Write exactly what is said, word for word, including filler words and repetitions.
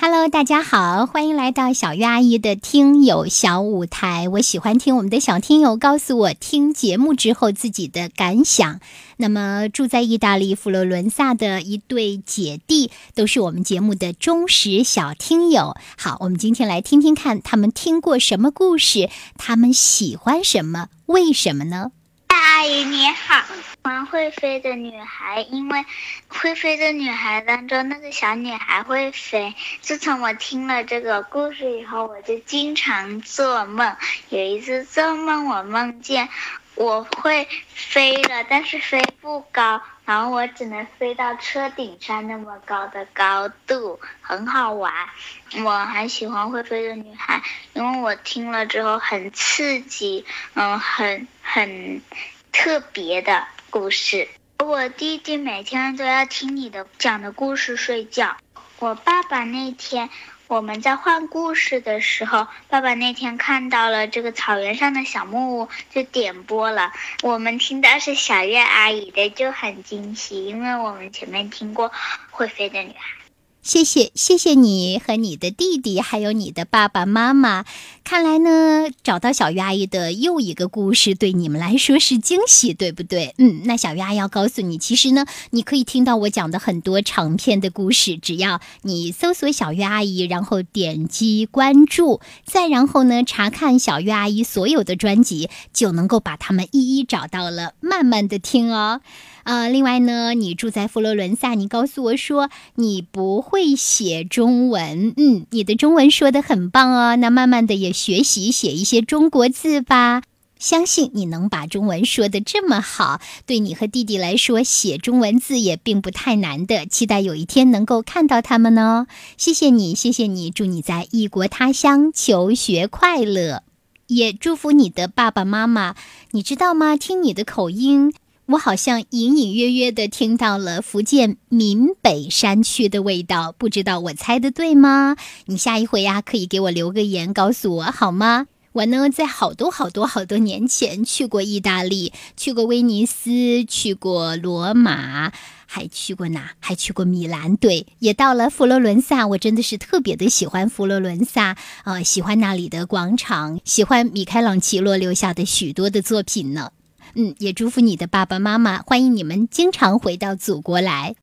Hello， 大家好，欢迎来到小月阿姨的听友小舞台。我喜欢听我们的小听友告诉我听节目之后自己的感想。那么住在意大利佛罗伦萨的一对姐弟都是我们节目的忠实小听友。好，我们今天来听听看他们听过什么故事，他们喜欢什么，为什么呢？ 阿姨你好，喜欢会飞的女孩，因为会飞的女孩当中那个小女孩会飞。自从我听了这个故事以后，我就经常做梦。有一次做梦，我梦见我会飞了，但是飞不高，然后我只能飞到车顶上那么高的高度，很好玩。我还喜欢会飞的女孩，因为我听了之后很刺激，嗯，很很特别的故事。我弟弟每天都要听你的讲的故事睡觉。我爸爸那天我们在换故事的时候，爸爸那天看到了这个草原上的小木屋，就点播了。我们听到是小月阿姨的，就很惊喜，因为我们前面听过会飞的女孩。 谢谢，谢谢你和你的弟弟，还有你的爸爸妈妈。看来呢，找到小月阿姨的又一个故事，对你们来说是惊喜，对不对？嗯，那小月阿姨要告诉你，其实呢，你可以听到我讲的很多长篇的故事，只要你搜索小月阿姨，然后点击关注，再然后呢，查看小月阿姨所有的专辑，就能够把它们一一找到了，慢慢的听哦。呃，另外呢，你住在佛罗伦萨，你告诉我说你不会写中文，嗯，你的中文说得很棒哦，那慢慢的也学习写一些中国字吧。相信你能把中文说得这么好，对你和弟弟来说，写中文字也并不太难的，期待有一天能够看到他们哦。谢谢你，谢谢你，祝你在异国他乡求学快乐，也祝福你的爸爸妈妈。你知道吗？听你的口音，我好像隐隐约约地听到了福建闽北山区的味道，不知道我猜得对吗？你下一回呀、啊，可以给我留个言告诉我好吗？我呢，在好多好多好多年前去过意大利，去过威尼斯，去过罗马，还去过哪？还去过米兰，对，也到了佛罗伦萨。我真的是特别的喜欢佛罗伦萨，呃，喜欢那里的广场，喜欢米开朗基罗留下的许多的作品呢。嗯，也祝福你的爸爸妈妈，欢迎你们经常回到祖国来。